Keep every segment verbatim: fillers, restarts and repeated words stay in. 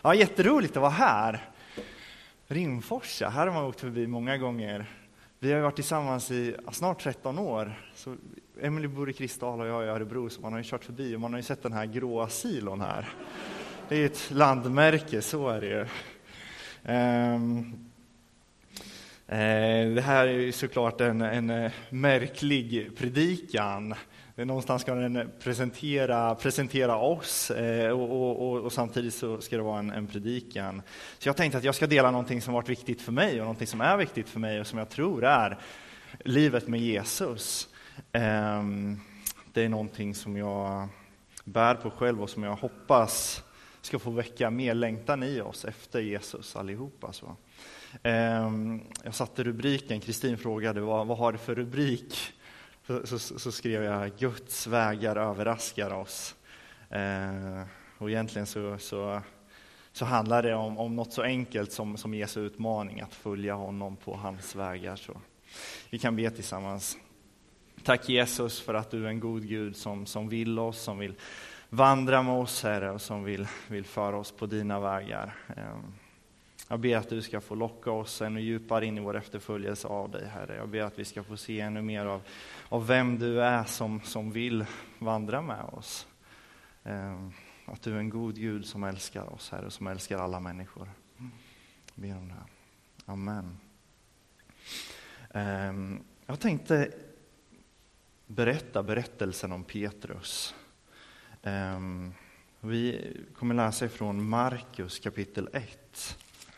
Ja, jätteroligt att vara här. Rimforsa, här har man åkt förbi många gånger. Vi har varit tillsammans i snart tretton år. Så Emily bor i Kristal och jag är i Örebro, så man har ju kört förbi och man har ju sett den här gråa silon här. Det är ett landmärke, så är det ju. Um, eh, det här är ju såklart en, en märklig predikan. Någonstans ska den presentera, presentera oss eh, och, och, och samtidigt så ska det vara en, en predikan. Så jag tänkte att jag ska dela någonting som varit viktigt för mig och någonting som är viktigt för mig och som jag tror är livet med Jesus. Eh, det är någonting som jag bär på själv och som jag hoppas ska få väcka mer längtan i oss efter Jesus allihopa. Så. Eh, jag satte rubriken, Kristin frågade vad, vad har det för rubrik? Så, så, så skrev jag Guds vägar överraskar oss. Eh, och egentligen så, så, så handlar det om, om något så enkelt som, som Jesu utmaning att följa honom på hans vägar. Så vi kan be tillsammans. Tack Jesus för att du är en god Gud som, som vill oss, som vill vandra med oss, Herre, och som vill, vill föra oss på dina vägar. Eh, Jag ber att du ska få locka oss ännu djupare in i vår efterföljelse av dig, Herre. Jag ber att vi ska få se ännu mer av, av vem du är som, som vill vandra med oss. Eh, att du är en god Gud som älskar oss, Herre, som älskar alla människor. Jag ber om det. Amen. Eh, jag tänkte berätta berättelsen om Petrus. Eh, vi kommer läsa ifrån Markus kapitel ett.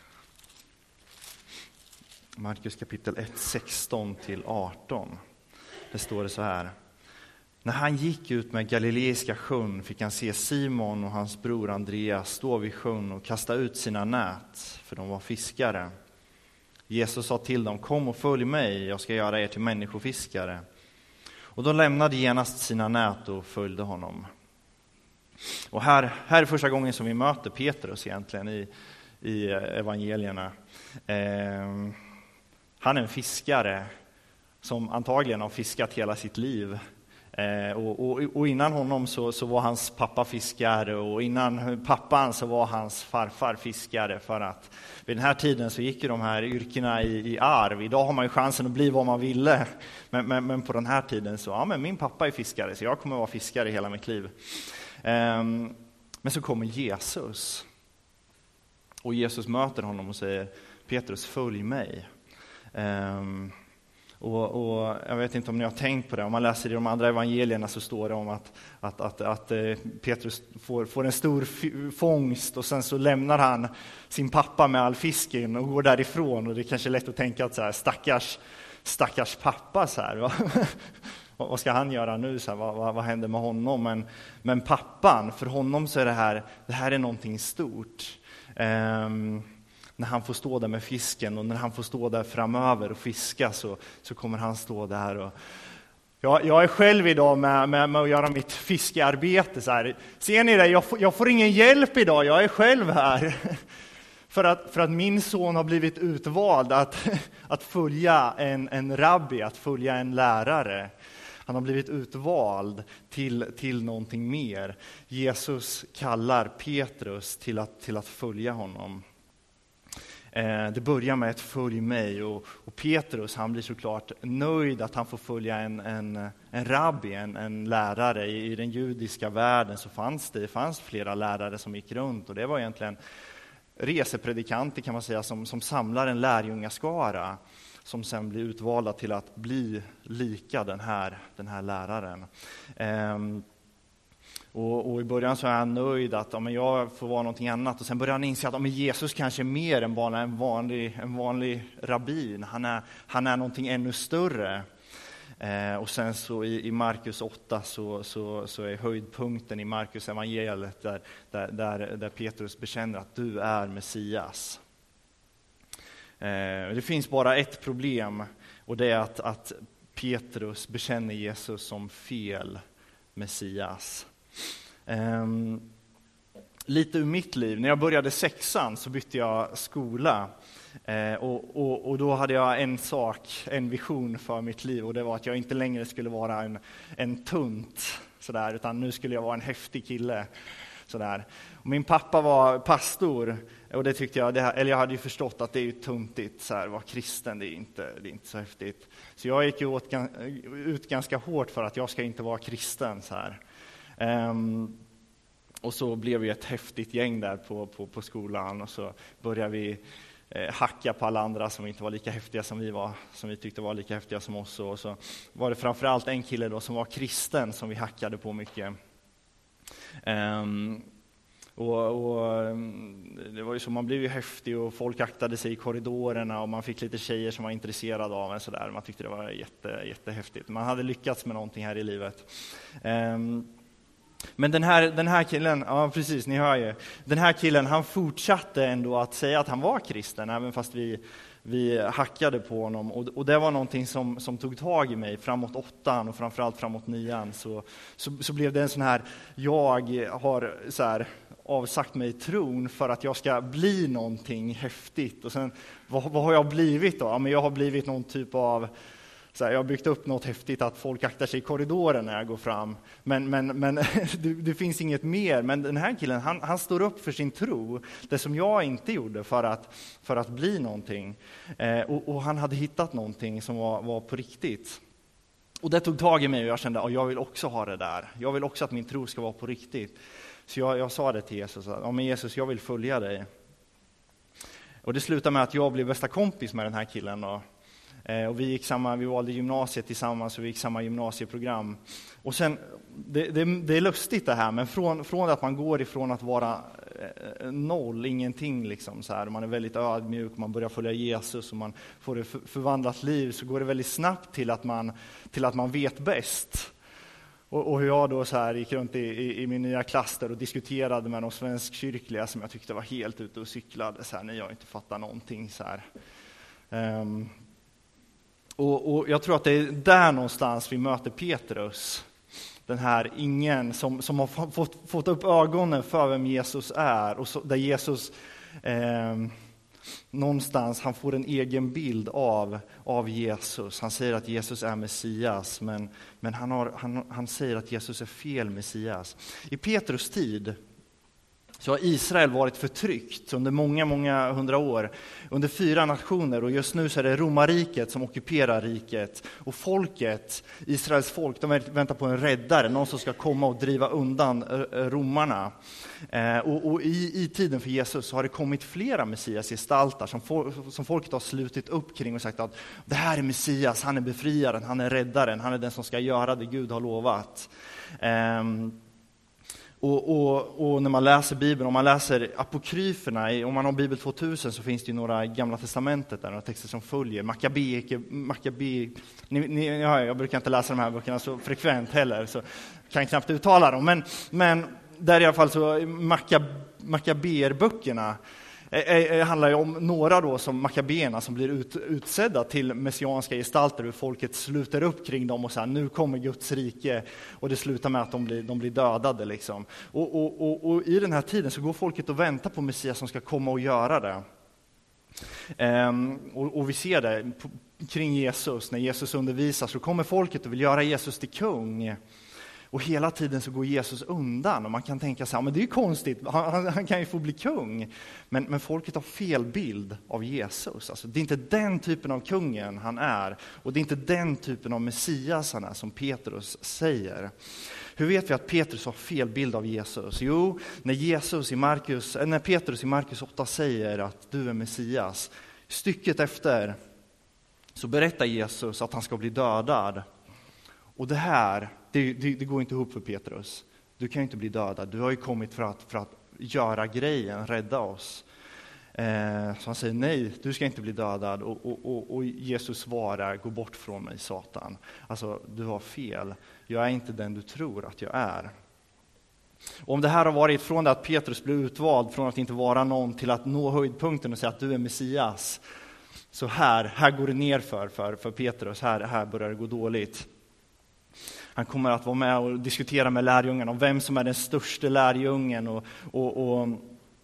Markus kapitel ett, sexton till arton. Det står det så här. När han gick ut med Galileiska sjön fick han se Simon och hans bror Andreas stå vid sjön och kasta ut sina nät, för de var fiskare. Jesus sa till dem, kom och följ mig, jag ska göra er till människofiskare. Och de lämnade genast sina nät och följde honom. Och här, här är första gången som vi möter Petrus egentligen i, i evangelierna. Eh, Han är en fiskare som antagligen har fiskat hela sitt liv. Eh, och, och, och innan honom så, så var hans pappa fiskare, och innan pappan så var hans farfar fiskare. För att vid den här tiden så gick ju de här yrkena i, i arv. Idag har man ju chansen att bli vad man ville. Men, men, men på den här tiden så, ja men min pappa är fiskare så jag kommer vara fiskare hela mitt liv. Eh, men så kommer Jesus. Och Jesus möter honom och säger, Petrus, följ mig. Um, och, och jag vet inte om ni har tänkt på det. Om man läser i de andra evangelierna så står det om att, att, att, att Petrus får, får en stor fångst och sen så lämnar han sin pappa med all fisken och går därifrån. Och det är kanske lätt att tänka att så här, stackars, stackars pappa så här, va? Vad ska han göra nu? Så här, vad, vad, vad händer med honom? Men, men pappan, för honom så är det här, det här är någonting stort. Um, När han får stå där med fisken och när han får stå där framöver och fiska så, så kommer han stå där. Och jag, jag är själv idag med, med, med att göra mitt fiskearbete. Så här. Ser ni det? Jag får, jag får ingen hjälp idag, jag är själv här. För att, för att min son har blivit utvald att, att följa en, en rabbi, att följa en lärare. Han har blivit utvald till, till någonting mer. Jesus kallar Petrus till att, till att följa honom. Det börjar med ett följ mig, och, och Petrus han blir såklart nöjd att han får följa en, en, en rabbi, en, en lärare. I, I den judiska världen så fanns det, det fanns flera lärare som gick runt, och det var egentligen resepredikanter kan man säga som, som samlar en lärjungaskara som sen blir utvalda till att bli lika den här, den här läraren. Ehm, Och, och i början så är han nöjd att ja, men jag får vara någonting annat. Och sen börjar han inse att ja, men Jesus kanske är mer än bara en vanlig, en vanlig rabbin. Han är, han är någonting ännu större. Eh, och sen så i, i Markus åtta så, så, så är höjdpunkten i Markus evangeliet där, där, där, där Petrus bekänner att du är Messias. Eh, det finns bara ett problem, och det är att, att Petrus bekänner Jesus som fel Messias. Um, lite ur mitt liv. När jag började sexan så bytte jag skola. Uh, och, och, och då hade jag en sak, en vision för mitt liv. Och det var att jag inte längre skulle vara en, en tunt. Sådär, utan nu skulle jag vara en häftig kille. Sådär. Och min pappa var pastor, och det tyckte jag, det här, eller jag hade ju förstått att det är ju tuntigt, så här, vara kristen, det är inte, det är inte så häftigt. Så jag gick ju åt, ut ganska hårt för att jag ska inte vara kristen. Så här. Um, och så blev vi ett häftigt gäng där på, på, på skolan, och så började vi eh, hacka på alla andra som inte var lika häftiga som vi var, som vi tyckte var lika häftiga som oss. Och så var det framförallt en kille då som var kristen som vi hackade på mycket. Um, Och, och det var ju så, man blev ju häftig och folk aktade sig i korridorerna och man fick lite tjejer som var intresserade av en sådär. Man tyckte det var jätte, jättehäftigt. Man hade lyckats med någonting här i livet. Um, men den här, den här killen, ja precis, ni hör ju. Den här killen, han fortsatte ändå att säga att han var kristen, även fast vi, vi hackade på honom. Och, och det var någonting som, som tog tag i mig framåt åttan och framförallt framåt nian. Så, så, så blev det en sån här, jag har så här avsagt mig tron för att jag ska bli någonting häftigt. Och sen, vad, vad har jag blivit då? Ja, men jag har blivit någon typ av, så här, jag har byggt upp något häftigt att folk aktar sig i korridoren när jag går fram. Men, men, men det, det finns inget mer. Men den här killen, han, han står upp för sin tro. Det som jag inte gjorde för att, för att bli någonting. Eh, och, och han hade hittat någonting som var, var på riktigt. Och det tog tag i mig och jag kände att jag vill också ha det där. Jag vill också att min tro ska vara på riktigt. Så jag, jag sa det till Jesus, att ja, men Jesus, jag vill följa dig. Och det slutade med att jag blev bästa kompis med den här killen. Och, eh, och vi gick samma, vi valde gymnasiet tillsammans och vi gick samma gymnasieprogram. Och sen, det, det, det är lustigt det här, men från, från att man går ifrån att vara eh, noll, ingenting liksom så här, man är väldigt ödmjuk, man börjar följa Jesus och man får ett förvandlat liv, så går det väldigt snabbt till att man, till att man vet bäst. Och, och hur jag då så här gick runt i, i, i min nya klass där och diskuterade med de svenskkyrkliga som jag tyckte var helt ute och cyklade, så här, när jag inte fattar någonting. Så här. Um, och, och jag tror att det är där någonstans vi möter Petrus. Den här ingen som, som har fått, fått upp ögonen för vem Jesus är. Och så, där Jesus um, någonstans, han får en egen bild av, av Jesus. Han säger att Jesus är Messias, men, men han, har, han, han säger att Jesus är fel Messias. I Petrus tid så har Israel varit förtryckt under många, många hundra år. Under fyra nationer, och just nu så är det romarriket som ockuperar riket. Och folket, Israels folk, de väntar på en räddare, någon som ska komma och driva undan romarna. Eh, och och i, i tiden för Jesus så har det kommit flera Messias-gestaltar som, for, som folket har slutit upp kring och sagt att det här är Messias, han är befriaren, han är räddaren, han är den som ska göra det Gud har lovat. Eh, Och, och, och när man läser Bibeln, om man läser apokryferna, om man har Bibel tvåtusen så finns det ju några Gamla testamentet där, några texter som följer. Makabe, Makabe, ni, ni, ja, jag brukar inte läsa de här böckerna så frekvent heller, så kan jag knappt uttala dem. Men, men där i alla fall så Makaber-böckerna Det handlar ju om några då som makabeerna som blir ut, utsedda till messianska gestalter, hur folket sluter upp kring dem och säger nu kommer Guds rike, och det slutar med att de blir, de blir dödade liksom. Och, och, och, och i den här tiden så går folket och väntar på Messias som ska komma och göra det. Ehm, och, och vi ser det på, kring Jesus, när Jesus undervisar så kommer folket och vill göra Jesus till kung. Och hela tiden så går Jesus undan, och man kan tänka så här, men det är ju konstigt, han, han, han kan ju få bli kung. Men, men folket har fel bild av Jesus. Alltså, det är inte den typen av kungen han är, och det är inte den typen av Messias han är som Petrus säger. Hur vet vi att Petrus har fel bild av Jesus? Jo, när, Jesus i Markus, när Petrus i Markus åtta säger att du är Messias, stycket efter så berättar Jesus att han ska bli dödad. Och det här, det, det, det går inte ihop för Petrus. Du kan ju inte bli dödad. Du har ju kommit för att, för att göra grejen, rädda oss. Eh, så han säger nej, du ska inte bli dödad. Och, och, och, och Jesus svarar, gå bort från mig Satan. Alltså, du har fel. Jag är inte den du tror att jag är. Och om det här har varit från det att Petrus blev utvald, från att inte vara någon till att nå höjdpunkten och säga att du är Messias. Så här, här går det ner för, för, för Petrus. Här, här börjar det gå dåligt. Han kommer att vara med och diskutera med lärjungen om vem som är den största lärjungen. Och, och, och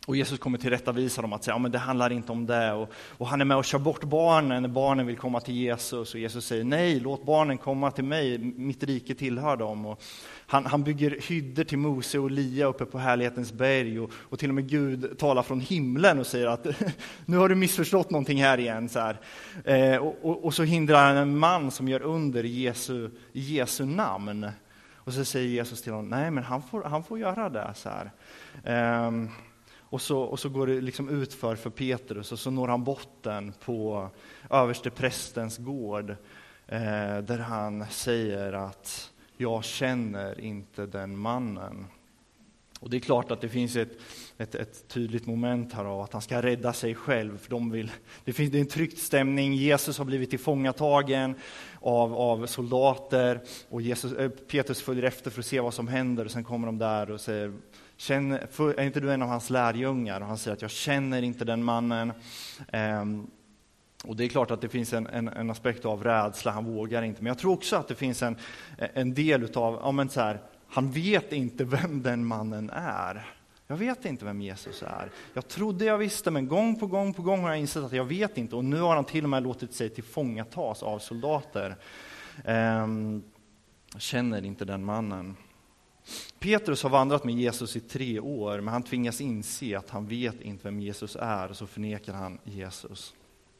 Och Jesus kommer tillrättavisa dem att säga, ja, men det handlar inte om det. Och, och han är med och kör bort barnen när barnen vill komma till Jesus. Och Jesus säger, nej, låt barnen komma till mig, mitt rike tillhör dem. Och han, han bygger hyddor till Mose och Elia uppe på härlighetens berg. Och, och till och med Gud talar från himlen och säger att nu har du missförstått någonting här igen. Så här. Eh, och, och, och så hindrar han en man som gör under Jesu, Jesu namn. Och så säger Jesus till honom, nej men han får, han får göra det. Så här. Eh, Och så, och så går det liksom utför för Petrus och så når han botten på översteprästens gård eh, där han säger att jag känner inte den mannen. Och det är klart att det finns ett, ett, ett tydligt moment här av att han ska rädda sig själv. För de vill, det finns det är en tryckt stämning, Jesus har blivit tillfångatagen av, av soldater och Jesus, eh, Petrus följer efter för att se vad som händer och sen kommer de där och säger, känner, för, är inte du en av hans lärjungar? Och han säger att jag känner inte den mannen. Um, och det är klart att det finns en, en, en aspekt av rädsla, han vågar inte. Men jag tror också att det finns en, en del utav, ja men så här, han vet inte vem den mannen är. Jag vet inte vem Jesus är. Jag trodde jag visste, men gång på gång på gång har jag insett att jag vet inte. Och nu har han till och med låtit sig tillfångatas av soldater. Um, jag känner inte den mannen. Petrus har vandrat med Jesus i tre år, men han tvingas inse att han vet inte vem Jesus är, och så förnekar han Jesus.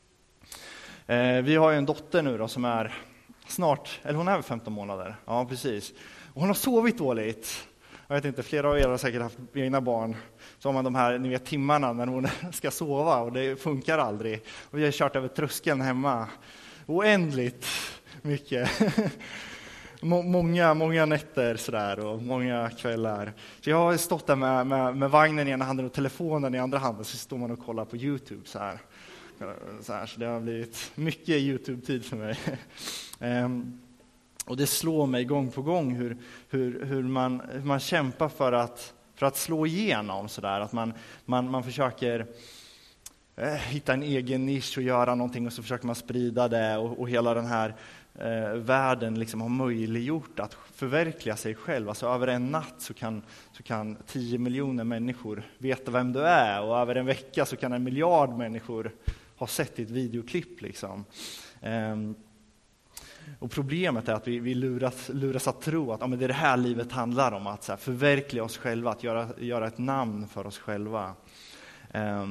Eh, vi har ju en dotter nu då som är snart, eller hon är femton månader, ja precis. Och hon har sovit dåligt. Jag vet inte, flera av er har säkert haft egna barn. Så har man de här ni vet, timmarna när hon ska sova och det funkar aldrig. Och vi har kört över tröskeln hemma. Oändligt mycket. Många, många nätter sådär och många kvällar. Så jag har stått där med, med, med vagnen i ena handen och telefonen i andra handen, så står man och kollar på YouTube så här. Så, här, så det har blivit mycket YouTube-tid för mig. um, och det slår mig gång på gång hur, hur, hur, man, hur man kämpar för att, för att slå igenom sådär. Att man, man, man försöker eh, hitta en egen nisch och göra någonting och så försöker man sprida det och, och hela den här Eh, världen liksom har möjliggjort att förverkliga sig själv. Alltså över en natt så kan, så kan tio miljoner människor veta vem du är, och över en vecka så kan en miljard människor ha sett ditt videoklipp. Liksom. Eh, och problemet är att vi, vi luras, luras att tro att ja, men det är det här livet handlar om, att så här, förverkliga oss själva, att göra, göra ett namn för oss själva. Eh,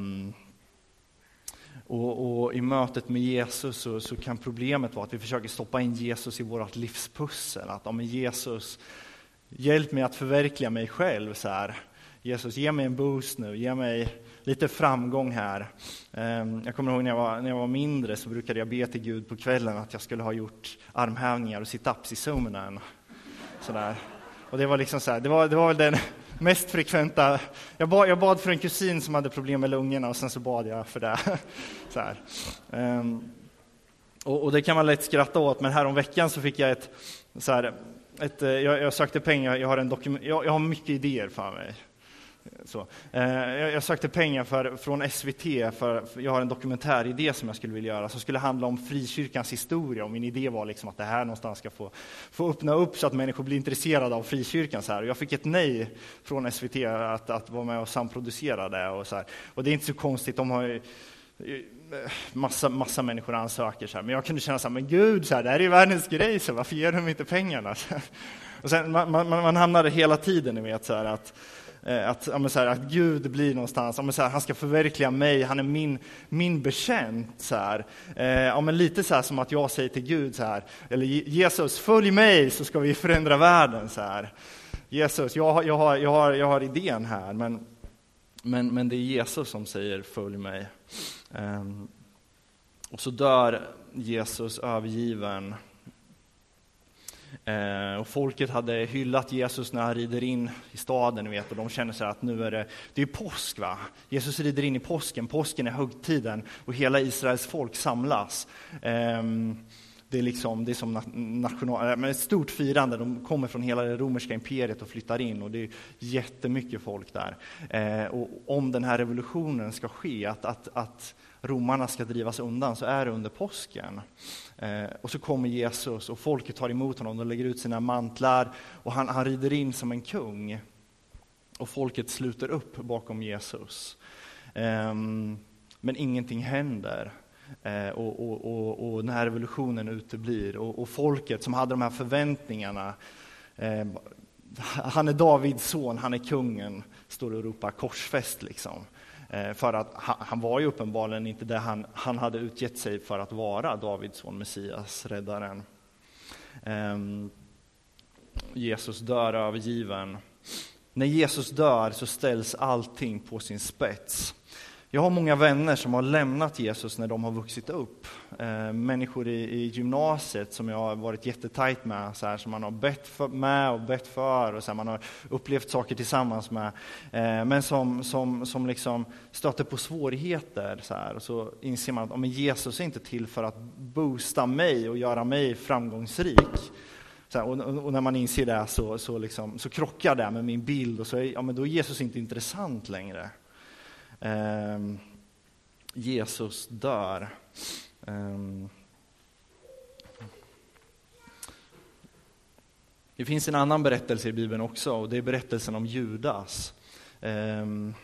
Och, och i mötet med Jesus så, så kan problemet vara att vi försöker stoppa in Jesus i vårt livspussel. Att om Jesus, hjälp mig att förverkliga mig själv. Så här. Jesus, ge mig en boost nu, ge mig lite framgång här. Jag kommer ihåg när jag, var, när jag var mindre så brukade jag be till Gud på kvällen att jag skulle ha gjort armhävningar och sit-ups i sömnen. Så där. Och det var liksom så här, det var, det var väl den mest frekventa. Jag bad, jag bad för en kusin som hade problem med lungorna och sen så bad jag för det. Så här. Um, och, och det kan man lätt skratta åt, men här om veckan så fick jag ett, så här, ett jag, jag sökte pengar, jag har, en dokument, jag, jag har mycket idéer för mig. Så. Eh, jag, jag sökte pengar för, från S V T för, för jag har en dokumentäridé som jag skulle vilja göra som skulle handla om frikyrkans historia, och min idé var liksom att det här någonstans ska få, få öppna upp så att människor blir intresserade av frikyrkan. Så här. Och jag fick ett nej från S V T att, att vara med och samproducera det. Och, så här. Och det är inte så konstigt, de har ju massa, massa människor ansöker. Så här. Men jag kunde känna så här, men gud, så här, det här är ju världens grej, så varför ger de inte pengarna? Och sen, man, man, man hamnade hela tiden, ni vet, så här, att Att, ja, så här, att Gud blir någonstans, ja, så här, han ska förverkliga mig, han är min, min bekänt. Så här. Eh, ja, men lite så här som att jag säger till Gud, så här, eller Jesus, följ mig så ska vi förändra världen. Så här. Jesus, jag har, jag, har, jag, har, jag har idén här, men, men, men det är Jesus som säger följ mig. Eh, och så dör Jesus övergiven. Eh, och folket hade hyllat Jesus när han rider in i staden, vet, och de känner sig att nu är det, det är påsk, va? Jesus rider in i påsken, påsken är högtiden och hela Israels folk samlas. Eh, det är liksom, det är som national, men ett stort firande, de kommer från hela det romerska imperiet och flyttar in, och det är jättemycket folk där. Eh, och om den här revolutionen ska ske, att, att, att romarna ska drivas undan, så är det under påsken. Eh, och så kommer Jesus och folket tar emot honom och lägger ut sina mantlar, och han, han rider in som en kung. Och folket sluter upp bakom Jesus. Um, men ingenting händer. Uh, och, och, och, och den här revolutionen uteblir. Och, och folket som hade de här förväntningarna. Uh, han är Davids son, han är kungen. Står och ropar korsfäst liksom. Uh, för att han, han var ju uppenbarligen inte det han, han hade utgett sig för att vara. Davids son, Messias, räddaren. Um, Jesus dör övergiven. När Jesus dör så ställs allting på sin spets. Jag har många vänner som har lämnat Jesus när de har vuxit upp. Eh, människor i, i gymnasiet som jag har varit jättetajt med, så här, som man har bett för, med och bett för, och så här, man har upplevt saker tillsammans med. Eh, men som, som, som liksom stöter på svårigheter. Så här, och så inser man att oh, men Jesus är inte till för att boosta mig och göra mig framgångsrik. Så här, och, och när man inser det så, så, liksom, så krockar det med min bild, och så är, ja, men då är Jesus inte intressant längre. Um, Jesus dör. Um, det finns en annan berättelse i Bibeln också, och det är berättelsen om Judas. Um,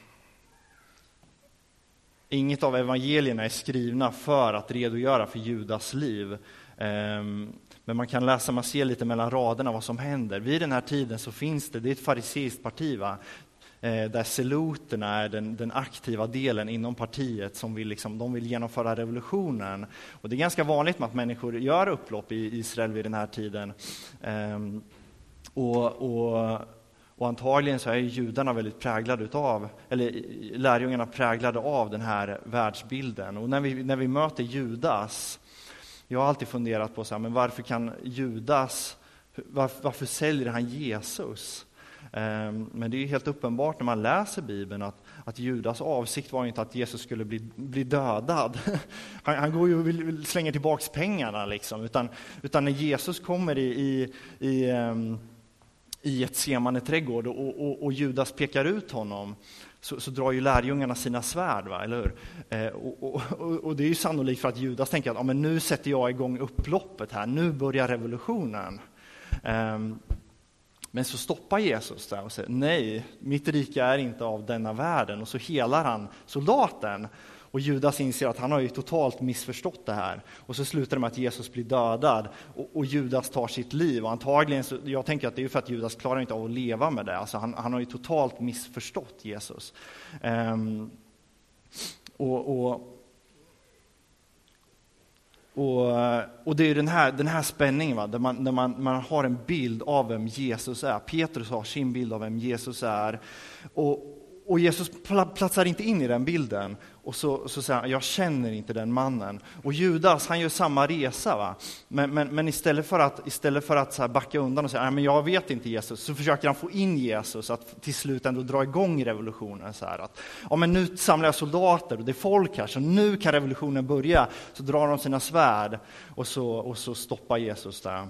inget av evangelierna är skrivna för att redogöra för Judas liv. Um, men man kan läsa, man ser lite mellan raderna vad som händer. Vid den här tiden så finns det, det är ett fariseiskt parti, va? Där seloterna är den, den aktiva delen inom partiet som vill, liksom, de vill genomföra revolutionen. Och det är ganska vanligt med att människor gör upplopp i Israel vid den här tiden. Ehm, och, och, och antagligen så är judarna väldigt präglade utav, eller lärjungarna präglade av den här världsbilden. Och när vi, när vi möter Judas, jag har alltid funderat på så här, men varför kan Judas, varför, varför säljer han Jesus? Men det är helt uppenbart när man läser Bibeln att, att Judas avsikt var inte att Jesus skulle bli, bli dödad. Han, han går ju och vill, vill slänga tillbaks pengarna liksom. Utan, utan när Jesus kommer i, i, i, um, i ett Getsemane trädgård och, och, och Judas pekar ut honom, så, så drar ju lärjungarna sina svärd, va? Eller hur? Eh, och, och, och, och det är ju sannolikt för att Judas tänker att ja, men nu sätter jag igång upploppet här, nu börjar revolutionen. Um, Men så stoppar Jesus där och säger, nej, mitt rike är inte av denna världen. Och så helar han soldaten. Och Judas inser att han har ju totalt missförstått det här. Och så slutar det med att Jesus blir dödad. Och, och Judas tar sitt liv. Och antagligen, så, jag tänker att det är för att Judas klarar inte av att leva med det. Alltså han, han har ju totalt missförstått Jesus. Um, och... och Och, och det är den här, den här spänningen, va? Där, man, där man, man har en bild av vem Jesus är. Petrus har sin bild av vem Jesus är. Och, och Jesus platsar inte in i den bilden. Och så, så säger han, jag känner inte den mannen. Och Judas, han gör samma resa. Va? Men, men, men istället för att, istället för att så här backa undan och säga, nej men jag vet inte Jesus, så försöker han få in Jesus att till slut ändå dra igång revolutionen. Så här att, ja men nu samlar jag soldater och det är folk här, så nu kan revolutionen börja. Så drar de sina svärd och så, och så stoppar Jesus där.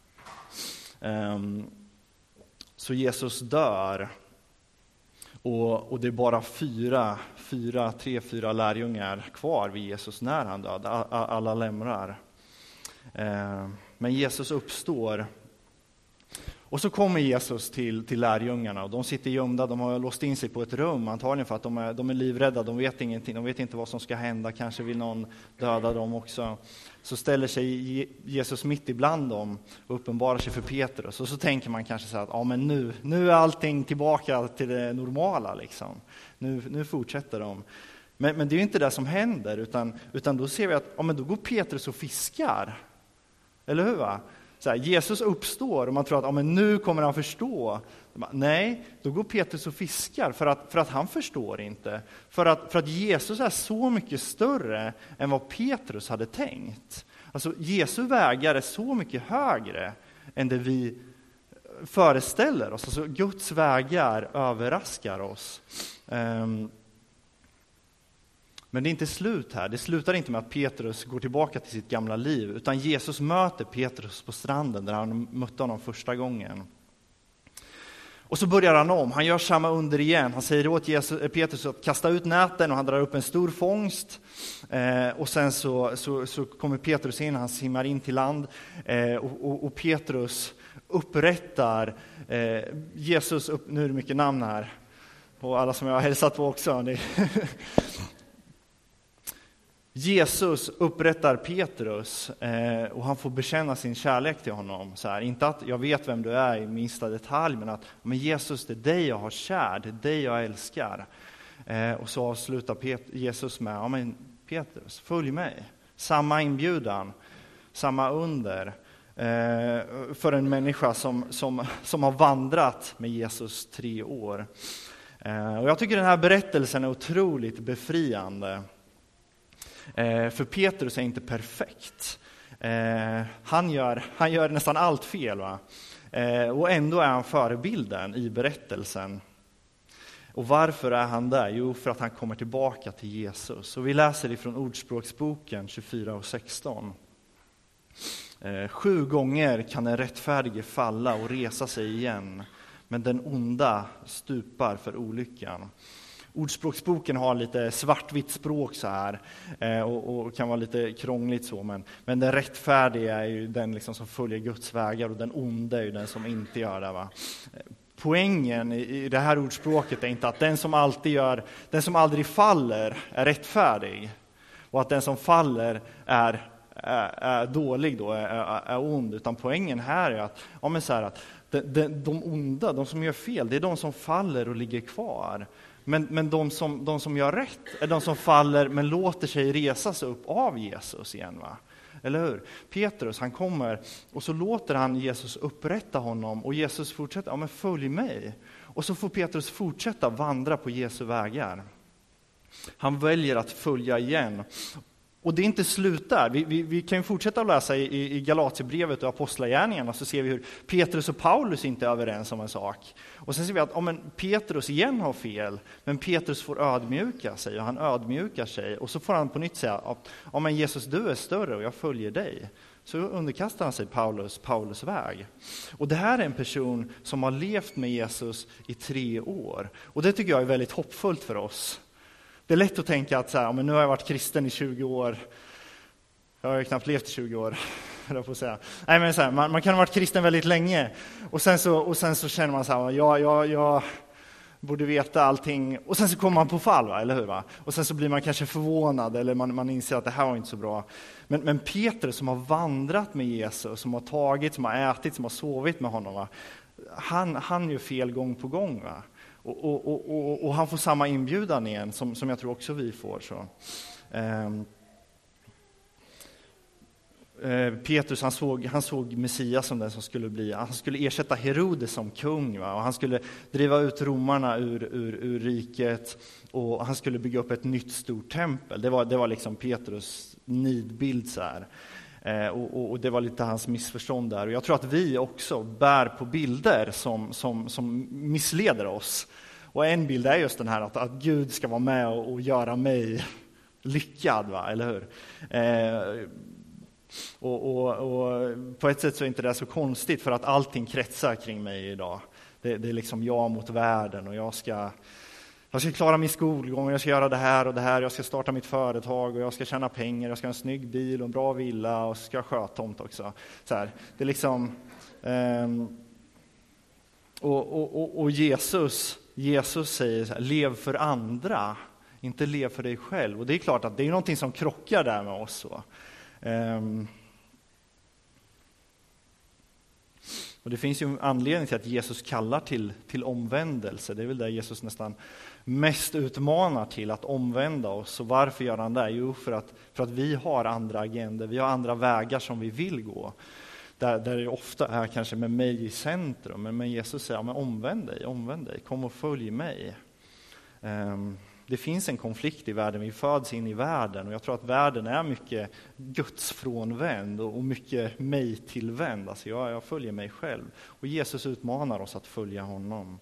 Um, så Jesus dör. Och, och det är bara fyra, fyra, tre, fyra lärjungar kvar vid Jesus när han död. Alla lämnar. Eh, men Jesus uppstår. Och så kommer Jesus till, till lärjungarna. Och de sitter gömda, de har låst in sig på ett rum. Antagligen för att de är, de är livrädda, de vet ingenting. De vet inte vad som ska hända, kanske vill någon döda dem också. Så ställer sig Jesus mitt ibland dem och uppenbarar sig för Petrus. Och så tänker man kanske så här att ja, men nu, nu är allting tillbaka till det normala. Liksom. Nu, nu fortsätter de. Men, men det är ju inte det som händer, utan, utan då ser vi att ja, men då går Petrus och fiskar. Eller hur, va? Så här, Jesus uppstår och man tror att ja, men nu kommer han förstå. Nej, då går Petrus och fiskar för att, för att han förstår inte. För att, för att Jesus är så mycket större än vad Petrus hade tänkt. Alltså Jesu vägar är så mycket högre än det vi föreställer oss. Alltså Guds vägar överraskar oss. Um, Men det är inte slut här. Det slutar inte med att Petrus går tillbaka till sitt gamla liv. Utan Jesus möter Petrus på stranden där han mötte honom första gången. Och så börjar han om. Han gör samma under igen. Han säger åt Jesus, Petrus att kasta ut näten och han drar upp en stor fångst. Eh, och sen så, så, så kommer Petrus in, han simmar in till land. Eh, och, och, och Petrus upprättar eh, Jesus, upp, nu är det mycket namn här. och alla som jag har hälsat på också. Jesus upprättar Petrus eh, och han får bekänna sin kärlek till honom. Så här, inte att jag vet vem du är i minsta detalj, men att men Jesus, det är dig jag har kär, det är dig jag älskar. Eh, och så avslutar Pet- Jesus med, ja men Petrus, följ mig. Samma inbjudan, samma under eh, för en människa som, som, som har vandrat med Jesus tre år. Eh, och jag tycker den här berättelsen är otroligt befriande. Eh, för Petrus är inte perfekt. Eh, han, gör, han gör nästan allt fel. Va? Eh, och ändå är han förebilden i berättelsen. Och varför är han där? Jo, för att han kommer tillbaka till Jesus. Och vi läser ifrån Ordspråksboken tjugofyra och sexton. Eh, Sju gånger kan en rättfärdige falla och resa sig igen, men den onda stupar för olyckan. Ordspråksboken har lite svartvitt språk så här eh, och, och kan vara lite krångligt så, men, men den rättfärdiga är ju den liksom som följer Guds vägar och den onda är ju den som inte gör det. Va? Poängen i, i det här ordspråket är inte att den som alltid gör, den som aldrig faller är rättfärdig och att den som faller är, är, är dålig då, är, är, är ond, utan poängen här är att, ja, men så här, att de, de, de onda, de som gör fel, det är de som faller och ligger kvar. Men, men de, som, de som gör rätt är de som faller men låter sig resas upp av Jesus igen. Va? Eller hur? Petrus, han kommer och så låter han Jesus upprätta honom och Jesus fortsätter, ja men följ mig. Och så får Petrus fortsätta vandra på Jesu vägar. Han väljer att följa igen. Och det är inte slut där. Vi, vi, vi kan ju fortsätta att läsa i, i Galaterbrevet och Apostlagärningarna, så ser vi hur Petrus och Paulus inte är överens om en sak. Och sen ser vi att om en Petrus igen har fel, men Petrus får ödmjuka sig och han ödmjukar sig. Och så får han på nytt säga att ja, men Jesus, du är större och jag följer dig. Så underkastar han sig Paulus, Paulus väg. Och det här är en person som har levt med Jesus i tre år. Och det tycker jag är väldigt hoppfullt för oss. Det är lätt att tänka att så här, men nu har jag varit kristen i tjugo år. Jag har ju knappt levt i tjugo år. Jag får säga. Nej, men så här, man, man kan ha varit kristen väldigt länge. Och sen så, och sen så känner man så här, ja, ja, jag borde veta allting. Och sen så kommer man på fall, va? Eller hur? Va? Och sen så blir man kanske förvånad eller man, man inser att det här var inte så bra. Men, men Petrus som har vandrat med Jesus, som har tagit, som har ätit, som har sovit med honom. Va? Han, han gör fel gång på gång, va? Och, och, och, och, och han får samma inbjudan igen som, som jag tror också vi får. Så. Um, uh, Petrus han såg, han såg Messias som den som skulle bli. Han skulle ersätta Herodes som kung. Va? Och han skulle driva ut romarna ur, ur, ur riket. Och han skulle bygga upp ett nytt stort tempel. Det var, det var liksom Petrus nidbild så här. Eh, och, och det var lite hans missförstånd där. Och jag tror att vi också bär på bilder som, som, som missleder oss. Och en bild är just den här att, att Gud ska vara med och, och göra mig lyckad, va? Eller hur? Eh, och, och, och på ett sätt så är inte det så konstigt, för att allting kretsar kring mig idag. Det, det är liksom jag mot världen och jag ska... Jag ska klara min skolgång, jag ska göra det här och det här, jag ska starta mitt företag och jag ska tjäna pengar, jag ska ha en snygg bil och en bra villa och ska skötomt också. Så här, det är liksom... Um, och, och, och, och Jesus, Jesus säger så här, lev för andra, inte lev för dig själv. Och det är klart att det är någonting som krockar där med oss. Så. Um, Och det finns ju en anledning till att Jesus kallar till, till omvändelse. Det är väl där Jesus nästan mest utmanar till att omvända oss. Och varför gör han det? Jo, för att, för att vi har andra agendor, vi har andra vägar som vi vill gå. Där, där det ofta är kanske med mig i centrum. Men, men Jesus säger, men omvänd dig, omvänd dig, kom och följ mig. Um, Det finns en konflikt i världen, vi föds in i världen och jag tror att världen är mycket gudsfrånvänd och mycket mig tillvänd. Alltså jag, jag följer mig själv och Jesus utmanar oss att följa honom.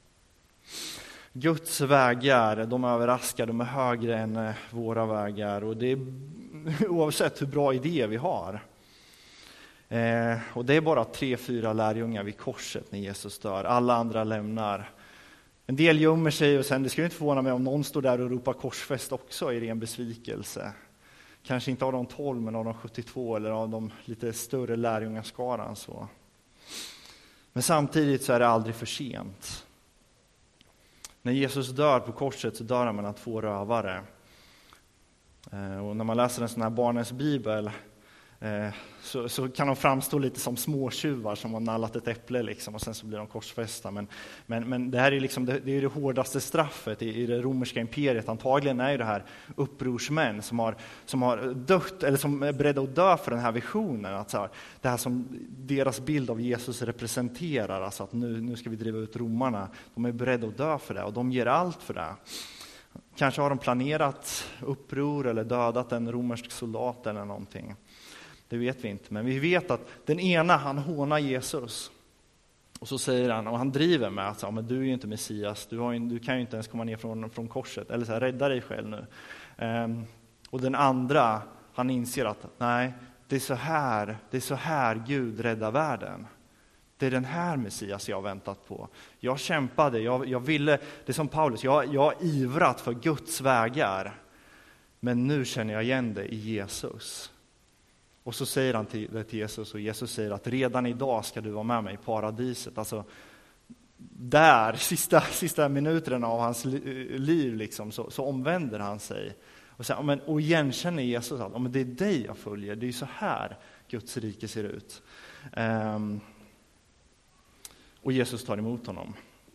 Guds vägar, de överraskar, de är högre än våra vägar och det är oavsett hur bra idé vi har. Eh, och det är bara tre, fyra lärjungar vid korset när Jesus dör, alla andra lämnar. En del gömmer sig och sen, det skulle inte förvåna mig om någon står där och ropar korsfäst också i ren besvikelse. Kanske inte av de tolv men av de sjuttiotvå eller av de lite större lärjungaskaran så. Men samtidigt så är det aldrig för sent. När Jesus dör på korset så dör han mellan två rövare. Och när man läser en sån här barnens bibel så, så kan de framstå lite som småtjuvar som har nallat ett äpple liksom, och sen så blir de korsfästa. Men, men, men det här är, liksom, det, det är det hårdaste straffet i, i det romerska imperiet. Antagligen är det här upprorsmän som har, som har dött, eller som är beredda att dö för den här visionen. Att så här, det här som deras bild av Jesus representerar, alltså att nu, nu ska vi driva ut romarna. De är beredda att dö för det och de ger allt för det. Kanske har de planerat uppror eller dödat en romersk soldat eller någonting. Det vet vi inte, men vi vet att den ena, han hånar Jesus. Och så säger han, och han driver med att ja, men du är ju inte Messias, du, har ju, du kan ju inte ens komma ner från, från korset, eller så här, rädda dig själv nu. Um, och den andra, han inser att nej, det är så här, det är så här Gud räddar världen. Det är den här Messias jag har väntat på. Jag kämpade, jag, jag ville, det är som Paulus, jag, jag har ivrat för Guds vägar. Men nu känner jag igen det i Jesus. Och så säger han till, det till Jesus, och Jesus säger att redan idag ska du vara med mig i paradiset. Alltså där, sista, sista minuterna av hans liv liksom, så, så omvänder han sig. Och, så, men, och igenkänner Jesus att men det är dig jag följer, det är så här Guds rike ser ut. Um, och Jesus tar emot honom.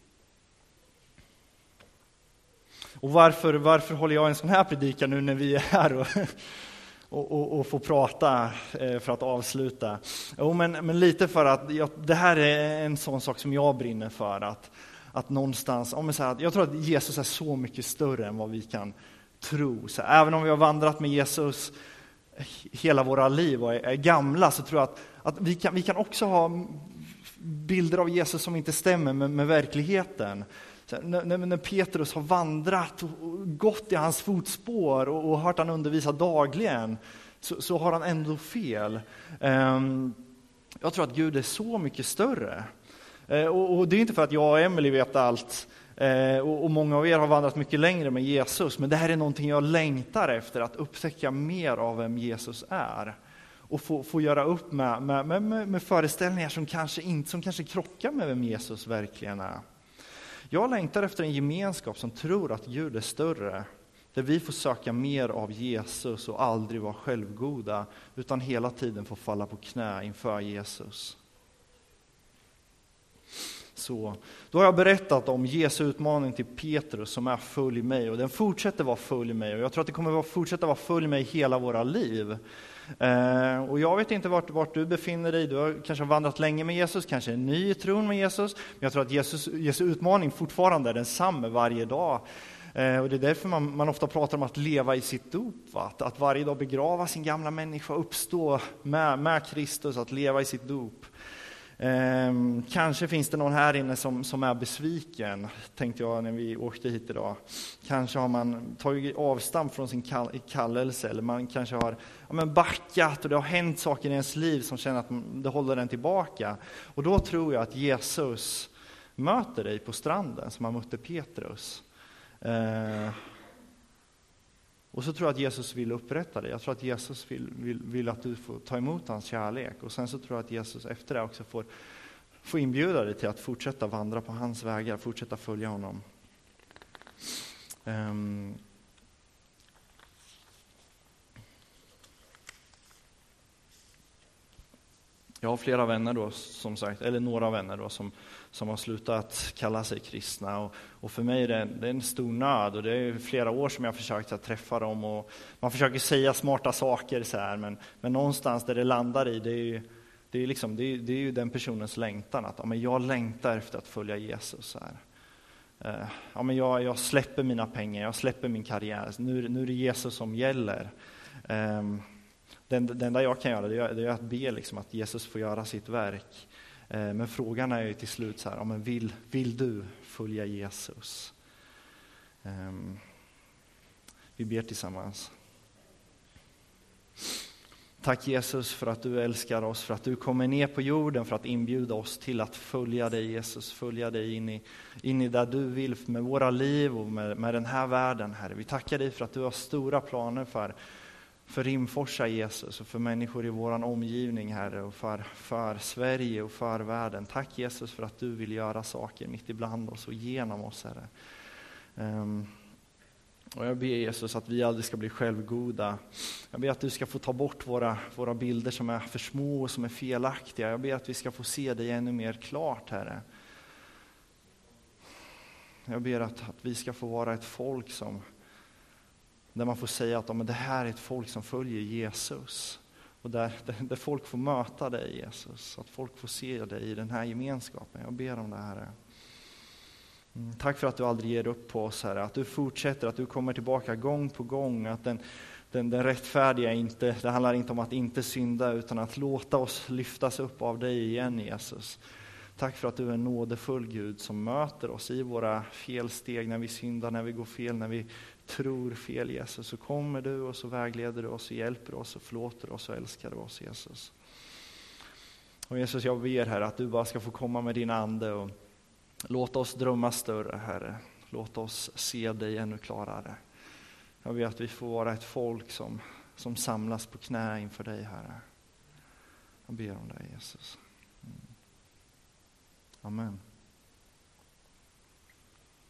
Och varför, varför håller jag en sån här predikan nu när vi är här och, och, och, och får prata för att avsluta? Jo, men, men lite för att jag, det här är en sån sak som jag brinner för. Att, att någonstans, om jag, säger att jag tror att Jesus är så mycket större än vad vi kan tro. Så även om vi har vandrat med Jesus hela våra liv och är, är gamla, så tror jag att, att vi, kan, vi kan också ha bilder av Jesus som inte stämmer med, med verkligheten. Så när, när Petrus har vandrat och gått i hans fotspår och, och hört han undervisa dagligen, så, så har han ändå fel. Um, jag tror att Gud är så mycket större. Uh, och, och det är inte för att jag och Emily vet allt. Uh, och, och många av er har vandrat mycket längre med Jesus. Men det här är någonting jag längtar efter, att upptäcka mer av vem Jesus är. Och få, få göra upp med, med, med, med föreställningar som kanske, inte, som kanske krockar med vem Jesus verkligen är. Jag längtar efter en gemenskap som tror att Gud är större. Där vi får söka mer av Jesus och aldrig vara självgoda. Utan hela tiden få falla på knä inför Jesus. Så, då har jag berättat om Jesu utmaning till Petrus som är följ mig. Och den fortsätter vara följ mig. Och jag tror att det kommer att fortsätta vara följ mig hela våra liv. Uh, och jag vet inte vart, vart du befinner dig. Du har kanske vandrat länge med Jesus, kanske är ny i tron med Jesus. Men jag tror att Jesus, Jesu utmaning fortfarande är densamma varje dag. Uh, och det är därför man, man ofta pratar om att leva i sitt dop. Va? Att, att varje dag begrava sin gamla människa, uppstå med, med Kristus, att leva i sitt dop. Um, kanske finns det någon här inne som, som är besviken, tänkte jag när vi åkte hit idag. Kanske har man tagit avstamp från sin kall- kallelse, eller man kanske har ja, men backat och det har hänt saker i ens liv som känner att det håller den tillbaka. Och då tror jag att Jesus möter dig på stranden som han mötte Petrus. Uh, Och så tror jag att Jesus vill upprätta dig. Jag tror att Jesus vill, vill, vill att du får ta emot hans kärlek. Och sen så tror jag att Jesus efter det också får, får inbjuda dig till att fortsätta vandra på hans vägar. Fortsätta följa honom. Um, Jag har flera vänner då, som sagt, eller några vänner då, som, som har slutat kalla sig kristna. Och, och för mig är det, det är en stor nöd, och det är flera år som jag har försökt att träffa dem. Och man försöker säga smarta saker, så här, men, men någonstans där det landar i, det är ju, det är liksom, det är, det är ju den personens längtan. Att ja, men jag längtar efter att följa Jesus. Så här. Uh, ja, men jag, jag släpper mina pengar, jag släpper min karriär. Nu, nu är det Jesus som gäller. Um, Den, det enda jag kan göra det är, det är att be liksom, att Jesus får göra sitt verk. Eh, men frågan är ju till slut så här, ja, men vill, vill du följa Jesus? Eh, vi ber tillsammans. Tack Jesus för att du älskar oss, för att du kommer ner på jorden för att inbjuda oss till att följa dig Jesus, följa dig in i, in i där du vill med våra liv och med, med den här världen, Herre. Vi tackar dig för att du har stora planer för För Rimforsa Jesus och för människor i våran omgivning, Herre, och för, för Sverige och för världen. Tack Jesus för att du vill göra saker mitt ibland oss och genom oss, Herre. Um, och jag ber Jesus att vi aldrig ska bli självgoda. Jag ber att du ska få ta bort våra, våra bilder som är för små och som är felaktiga. Jag ber att vi ska få se dig ännu mer klart, Herre. Jag ber att, att vi ska få vara ett folk som, där man får säga att ja, men det här är ett folk som följer Jesus. Och där, där, där folk får möta dig, Jesus. Att folk får se dig i den här gemenskapen. Jag ber om det, Herre. Mm, tack för att du aldrig ger upp på oss, Herre. Att du fortsätter, att du kommer tillbaka gång på gång. Att den, den, den rättfärdiga inte, det handlar inte om att inte synda, utan att låta oss lyftas upp av dig igen, Jesus. Tack för att du är en nådefull Gud som möter oss i våra felsteg, när vi syndar, när vi går fel, när vi tror fel, Jesus. Så kommer du och så vägleder du oss och hjälper oss och förlåter oss och älskar oss, Jesus. Och Jesus, jag ber, Herre, att du bara ska få komma med din ande och låta oss drömma större, Herre. Låt oss se dig ännu klarare. Jag ber att vi får vara ett folk som, som samlas på knä inför dig, Herre. Jag ber om dig, Jesus. Mm. Amen.